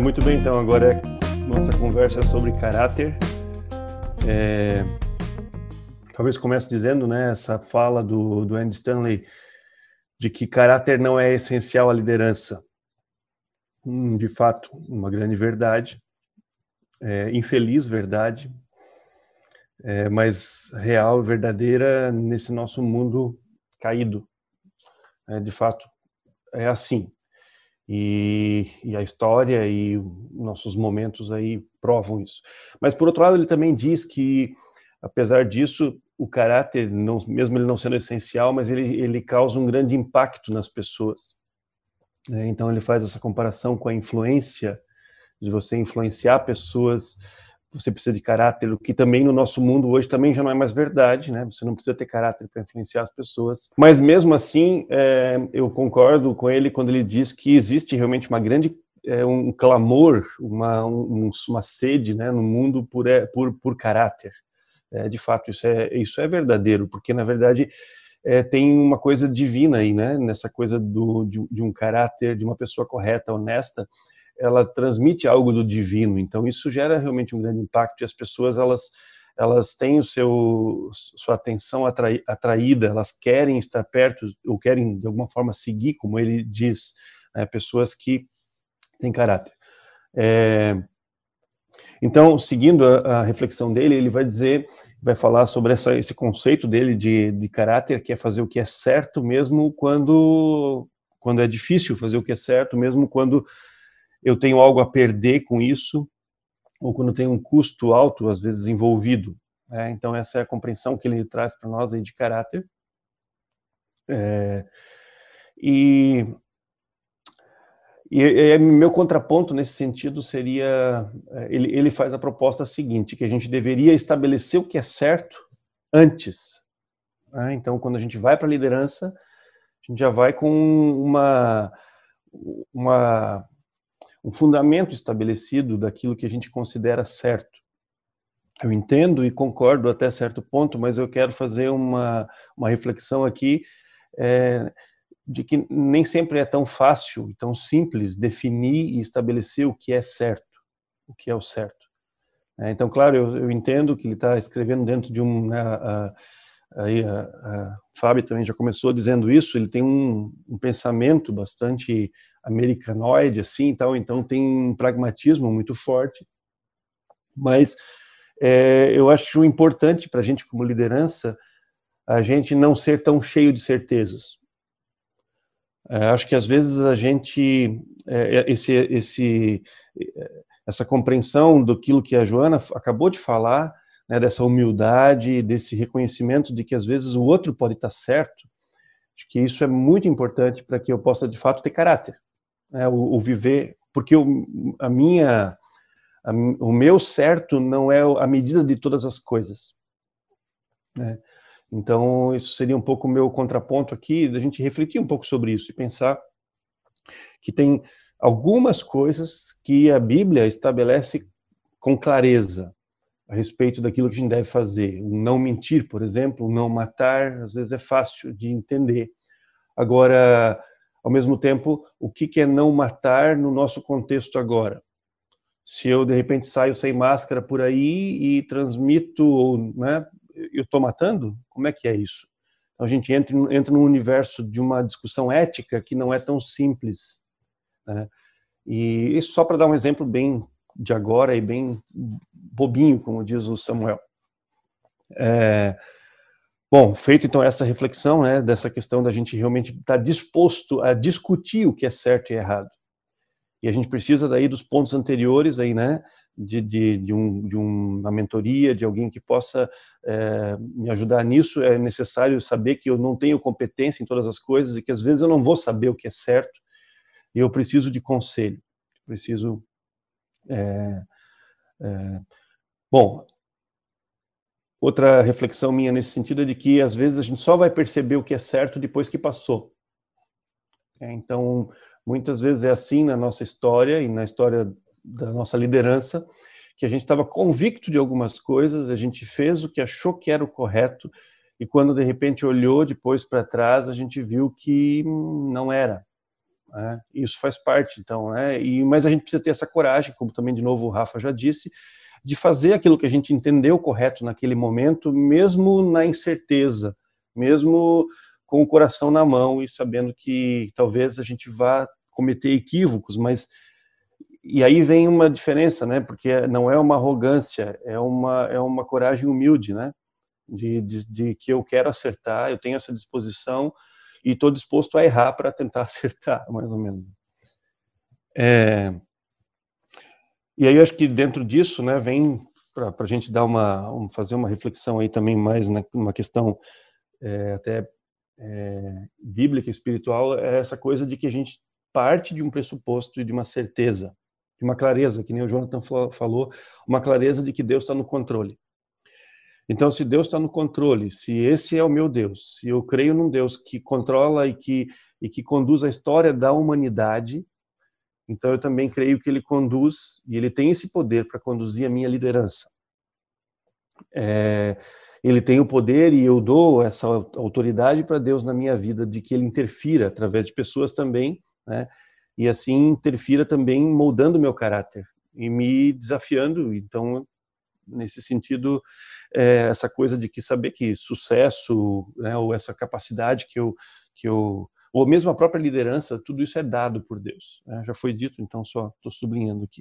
Muito bem, então agora nossa conversa é sobre caráter. Talvez comece dizendo, né, essa fala do Andy Stanley de que caráter não é essencial à liderança. De fato, uma grande verdade, infeliz verdade, mas real e verdadeira nesse nosso mundo caído. De fato, é assim. E a história e nossos momentos aí provam isso. Mas, por outro lado, ele também diz que, apesar disso, o caráter, mesmo ele não sendo essencial, mas ele causa um grande impacto nas pessoas. Então, ele faz essa comparação com a influência, de você influenciar pessoas. Você precisa de caráter, o que também no nosso mundo hoje também já não é mais verdade, né? Você não precisa ter caráter para influenciar as pessoas. Mas mesmo assim, eu concordo com ele quando ele diz que existe realmente uma grande, um clamor, uma sede, né, no mundo por caráter. De fato, isso é verdadeiro, porque na verdade tem uma coisa divina aí, né? Nessa coisa de um caráter, de uma pessoa correta, honesta, ela transmite algo do divino, então isso gera realmente um grande impacto e as pessoas elas têm sua atenção atraída, elas querem estar perto ou querem de alguma forma seguir, como ele diz, né, pessoas que têm caráter. Então, seguindo a reflexão dele, ele vai falar sobre esse conceito dele de caráter, que é fazer o que é certo mesmo quando é difícil fazer o que é certo, mesmo quando eu tenho algo a perder com isso, ou quando tem um custo alto, às vezes, envolvido. Então, essa é a compreensão que ele traz para nós aí de caráter. E meu contraponto nesse sentido seria, ele faz a proposta seguinte, que a gente deveria estabelecer o que é certo antes. Então, quando a gente vai para a liderança, a gente já vai com um fundamento estabelecido daquilo que a gente considera certo. Eu entendo e concordo até certo ponto, mas eu quero fazer uma reflexão aqui de que nem sempre é tão fácil e tão simples definir e estabelecer o que é certo, o que é o certo. Então, claro, eu entendo que ele está escrevendo dentro de aí a Fábio também já começou dizendo isso, ele tem um pensamento bastante americanoide, assim, então tem um pragmatismo muito forte, mas eu acho importante para a gente como liderança, a gente não ser tão cheio de certezas. Acho que às vezes a gente, essa compreensão daquilo que a Joana acabou de falar, né, dessa humildade, desse reconhecimento de que às vezes o outro pode estar certo, acho que isso é muito importante para que eu possa de fato ter caráter, né, o viver, porque o meu certo não é a medida de todas as coisas, né? Então, isso seria um pouco o meu contraponto aqui, da gente refletir um pouco sobre isso e pensar que tem algumas coisas que a Bíblia estabelece com clareza a respeito daquilo que a gente deve fazer. O não mentir, por exemplo, o não matar, às vezes é fácil de entender. Agora, ao mesmo tempo, o que é não matar no nosso contexto agora? Se eu, de repente, saio sem máscara por aí e transmito, né, eu estou matando? Como é que é isso? Então, a gente entra num universo de uma discussão ética que não é tão simples, né? E isso só para dar um exemplo bem de agora e bem bobinho, como diz o Samuel. Bom, feito então essa reflexão, né, dessa questão da gente realmente estar disposto a discutir o que é certo e errado. E a gente precisa daí dos pontos anteriores aí, né, de uma mentoria, de alguém que possa me ajudar nisso. É necessário saber que eu não tenho competência em todas as coisas e que às vezes eu não vou saber o que é certo e eu preciso de conselho. Preciso... Bom, outra reflexão minha nesse sentido é de que às vezes a gente só vai perceber o que é certo depois que passou. Então, muitas vezes é assim na nossa história e na história da nossa liderança, que a gente estava convicto de algumas coisas, a gente fez o que achou que era o correto, e quando de repente olhou depois para trás, a gente viu que não era. né? Isso faz parte, então, né? Mas a gente precisa ter essa coragem, como também, de novo, o Rafa já disse, de fazer aquilo que a gente entendeu correto naquele momento, mesmo na incerteza, mesmo com o coração na mão e sabendo que talvez a gente vá cometer equívocos, mas... E aí vem uma diferença, né? Porque não é uma arrogância, é uma coragem humilde, né? De que eu quero acertar, eu tenho essa disposição e estou disposto a errar para tentar acertar, mais ou menos. E aí eu acho que dentro disso, né, vem para a gente dar fazer uma reflexão aí também mais numa questão até bíblica, espiritual, é essa coisa de que a gente parte de um pressuposto e de uma certeza, de uma clareza, que nem o Jonathan falou, uma clareza de que Deus está no controle. Então, se Deus está no controle, se esse é o meu Deus, se eu creio num Deus que controla e que conduz a história da humanidade, então eu também creio que ele conduz, e ele tem esse poder para conduzir a minha liderança. Ele tem o poder, e eu dou essa autoridade para Deus na minha vida, de que ele interfira através de pessoas também, né? E assim interfira também moldando o meu caráter e me desafiando. Então, nesse sentido, essa coisa de que saber que sucesso, né, ou essa capacidade que eu ou mesmo a própria liderança, tudo isso é dado por Deus, né? Já foi dito, então só estou sublinhando aqui.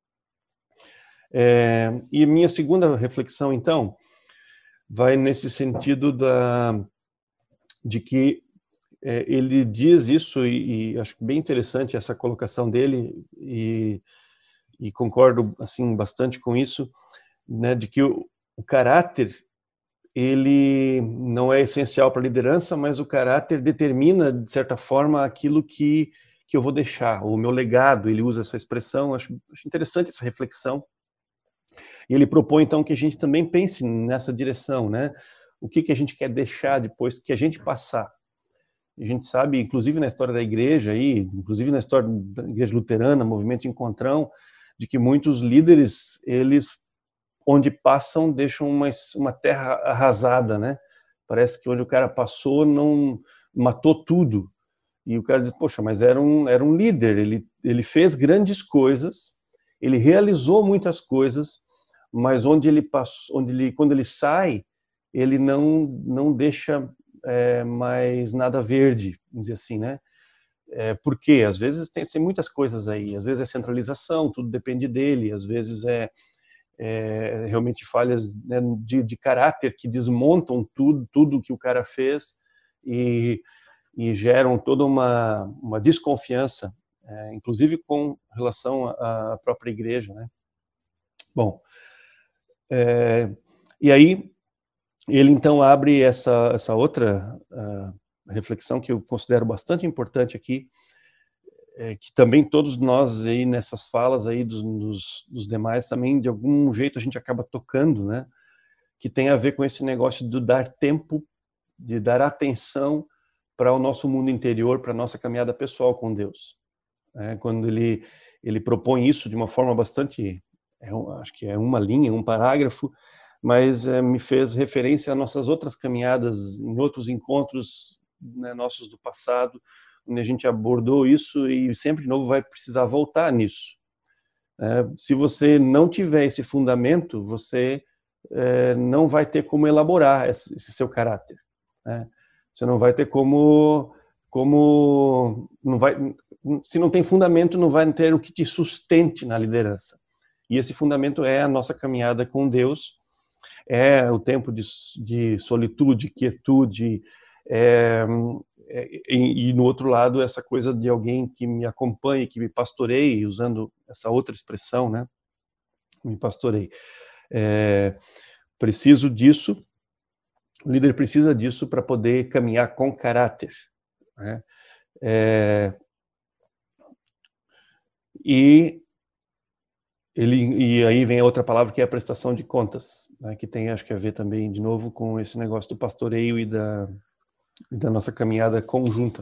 E minha segunda reflexão, então, vai nesse sentido de que ele diz isso, e acho bem interessante essa colocação dele, e concordo assim bastante com isso, né, de que o caráter, ele não é essencial para a liderança, mas o caráter determina, de certa forma, aquilo que eu vou deixar, o meu legado. Ele usa essa expressão, acho interessante essa reflexão. E ele propõe, então, que a gente também pense nessa direção, né? O que a gente quer deixar depois que a gente passar. A gente sabe, inclusive na história da igreja, inclusive na história da igreja luterana, movimento Encontrão, de que muitos líderes, eles, onde passam, deixam uma terra arrasada, né? Parece que onde o cara passou, não matou tudo. E o cara diz, poxa, mas era um líder, ele fez grandes coisas, ele realizou muitas coisas, mas onde ele passou, quando ele sai, ele não deixa mais nada verde, vamos dizer assim, né? Por quê? Às vezes tem muitas coisas aí, às vezes é centralização, tudo depende dele, às vezes realmente falhas, né, de caráter que desmontam tudo que o cara fez e geram toda uma desconfiança, inclusive com relação à própria igreja, né? Bom, e aí ele então abre essa outra reflexão que eu considero bastante importante aqui, que também todos nós aí nessas falas aí dos demais também, de algum jeito a gente acaba tocando, né? Que tem a ver com esse negócio de dar tempo, de dar atenção para o nosso mundo interior, para a nossa caminhada pessoal com Deus. Quando ele propõe isso de uma forma bastante, acho que é uma linha, um parágrafo, mas me fez referência a nossas outras caminhadas, em outros encontros, né, nossos do passado, onde a gente abordou isso e sempre de novo vai precisar voltar nisso. Se você não tiver esse fundamento, você não vai ter como elaborar esse seu caráter, né? Você não vai ter como não vai, se não tem fundamento, não vai ter o que te sustente na liderança. E esse fundamento é a nossa caminhada com Deus, é o tempo de solitude, quietude, e no outro lado essa coisa de alguém que me acompanhe, que me pastoreie, usando essa outra expressão, né? Me pastoreie. Preciso disso, o líder precisa disso para poder caminhar com caráter, né? E aí vem a outra palavra, que é a prestação de contas, né, que tem, acho que, a ver também, de novo, com esse negócio do pastoreio e da nossa caminhada conjunta.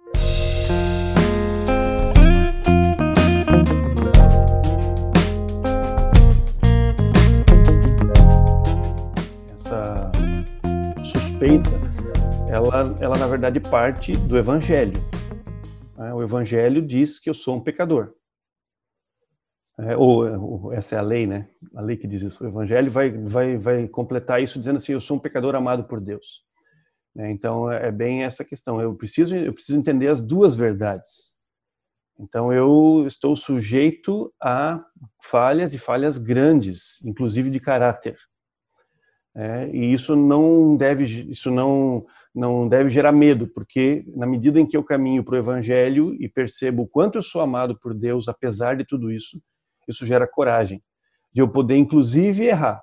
Essa suspeita, ela na verdade parte do Evangelho. O Evangelho diz que eu sou um pecador. Essa é a lei, né? A lei que diz isso. O Evangelho vai completar isso dizendo assim, eu sou um pecador amado por Deus. Então é bem essa questão. Eu preciso entender as duas verdades. Então eu estou sujeito a falhas e falhas grandes, inclusive de caráter. E isso não deve gerar medo, porque na medida em que eu caminho para o Evangelho e percebo o quanto eu sou amado por Deus, apesar de tudo isso, isso gera coragem de eu poder inclusive errar.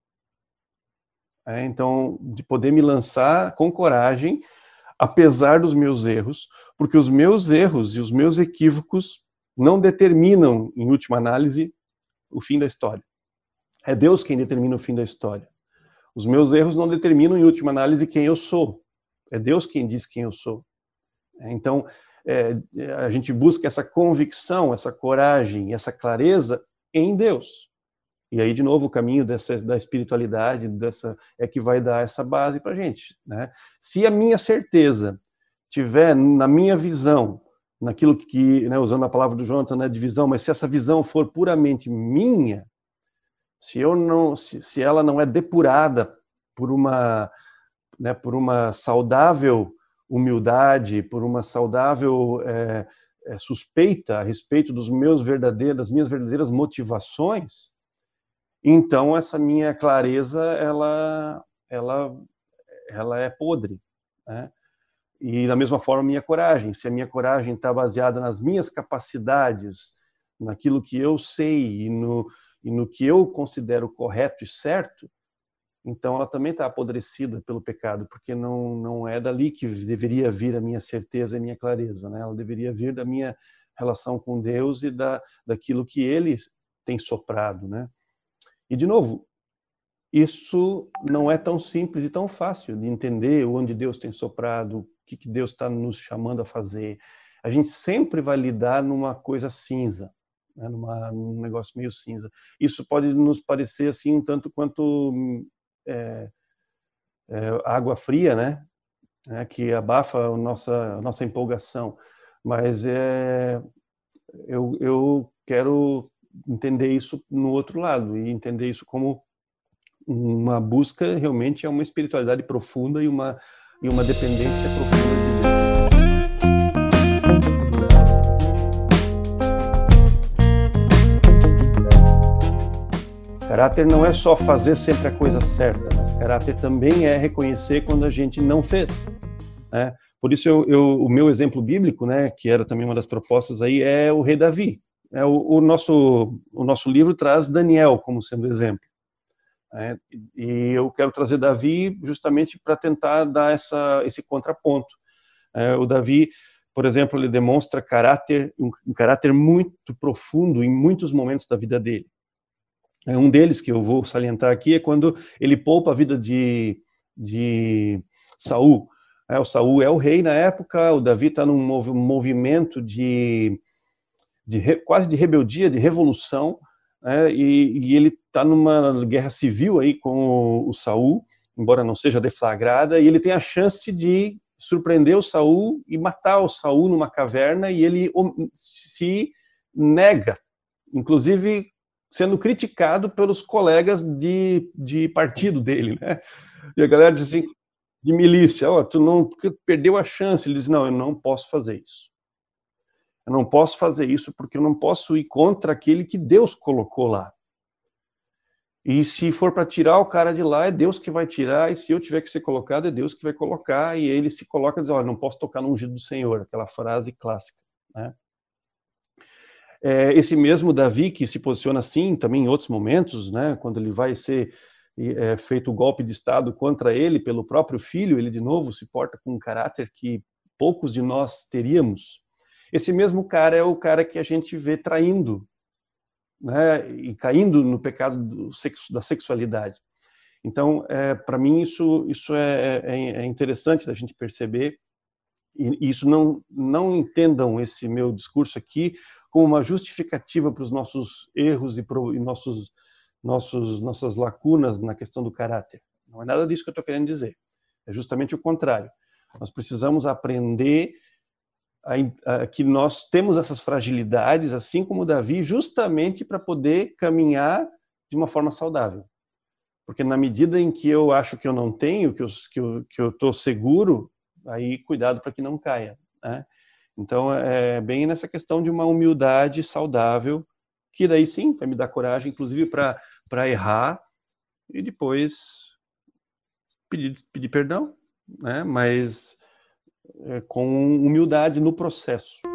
Então, de poder me lançar com coragem, apesar dos meus erros, porque os meus erros e os meus equívocos não determinam, em última análise, o fim da história. É Deus quem determina o fim da história. Os meus erros não determinam, em última análise, quem eu sou. É Deus quem diz quem eu sou. Então, a gente busca essa convicção, essa coragem, essa clareza em Deus. E aí, de novo, o caminho da espiritualidade é que vai dar essa base para a gente. Se a minha certeza tiver na minha visão, naquilo que, usando a palavra do Jonathan, de visão, mas se essa visão for puramente minha, se ela não é depurada por uma saudável humildade, por uma saudável suspeita a respeito das minhas verdadeiras motivações, então essa minha clareza ela é podre, E da mesma forma a minha coragem, se a minha coragem está baseada nas minhas capacidades, naquilo que eu sei e no que eu considero correto e certo, então ela também está apodrecida pelo pecado, porque não é dali que deveria vir a minha certeza e a minha clareza, Ela deveria vir da minha relação com Deus e daquilo que Ele tem soprado, E, de novo, isso não é tão simples e tão fácil de entender onde Deus tem soprado, o que Deus está nos chamando a fazer. A gente sempre vai lidar numa coisa cinza, num negócio meio cinza. Isso pode nos parecer assim um tanto quanto água fria, que abafa a nossa empolgação. Mas eu quero entender isso no outro lado e entender isso como uma busca realmente é uma espiritualidade profunda e uma dependência profunda de Deus. Caráter não é só fazer sempre a coisa certa, mas caráter também é reconhecer quando a gente não fez. Por isso o meu exemplo bíblico, que era também uma das propostas aí, é o rei Davi. O nosso livro traz Daniel como sendo exemplo. E eu quero trazer Davi justamente para tentar dar esse contraponto. O Davi, por exemplo, ele demonstra um caráter muito profundo em muitos momentos da vida dele. Um deles que eu vou salientar aqui é quando ele poupa a vida de Saul. O Saul é o rei na época, o Davi está num movimento quase de rebeldia, de revolução, e ele está numa guerra civil aí com o Saul, embora não seja deflagrada, e ele tem a chance de surpreender o Saul e matar o Saul numa caverna, e ele se nega, inclusive sendo criticado pelos colegas de partido dele, E a galera diz assim, de milícia, tu não perdeu a chance. Ele diz, não, eu não posso fazer isso. Eu não posso fazer isso porque eu não posso ir contra aquele que Deus colocou lá. E se for para tirar o cara de lá, é Deus que vai tirar, e se eu tiver que ser colocado, é Deus que vai colocar, e ele se coloca e diz, não posso tocar no ungido do Senhor, aquela frase clássica. Esse mesmo Davi que se posiciona assim, também em outros momentos, quando ele vai ser feito o golpe de Estado contra ele pelo próprio filho, ele de novo se porta com um caráter que poucos de nós teríamos. Esse mesmo cara é o cara que a gente vê traindo, e caindo no pecado da sexualidade. Então, para mim, isso é interessante da gente perceber, e isso não entendam esse meu discurso aqui como uma justificativa para os nossos erros e nossas lacunas na questão do caráter. Não é nada disso que eu estou querendo dizer. É justamente o contrário. Nós precisamos aprender que nós temos essas fragilidades, assim como Davi, justamente para poder caminhar de uma forma saudável. Porque na medida em que eu acho que eu não tenho, que eu estou seguro, aí cuidado para que não caia, né? Então é bem nessa questão de uma humildade saudável, que daí sim vai me dar coragem, inclusive para errar e depois pedir perdão, né? Mas com humildade no processo.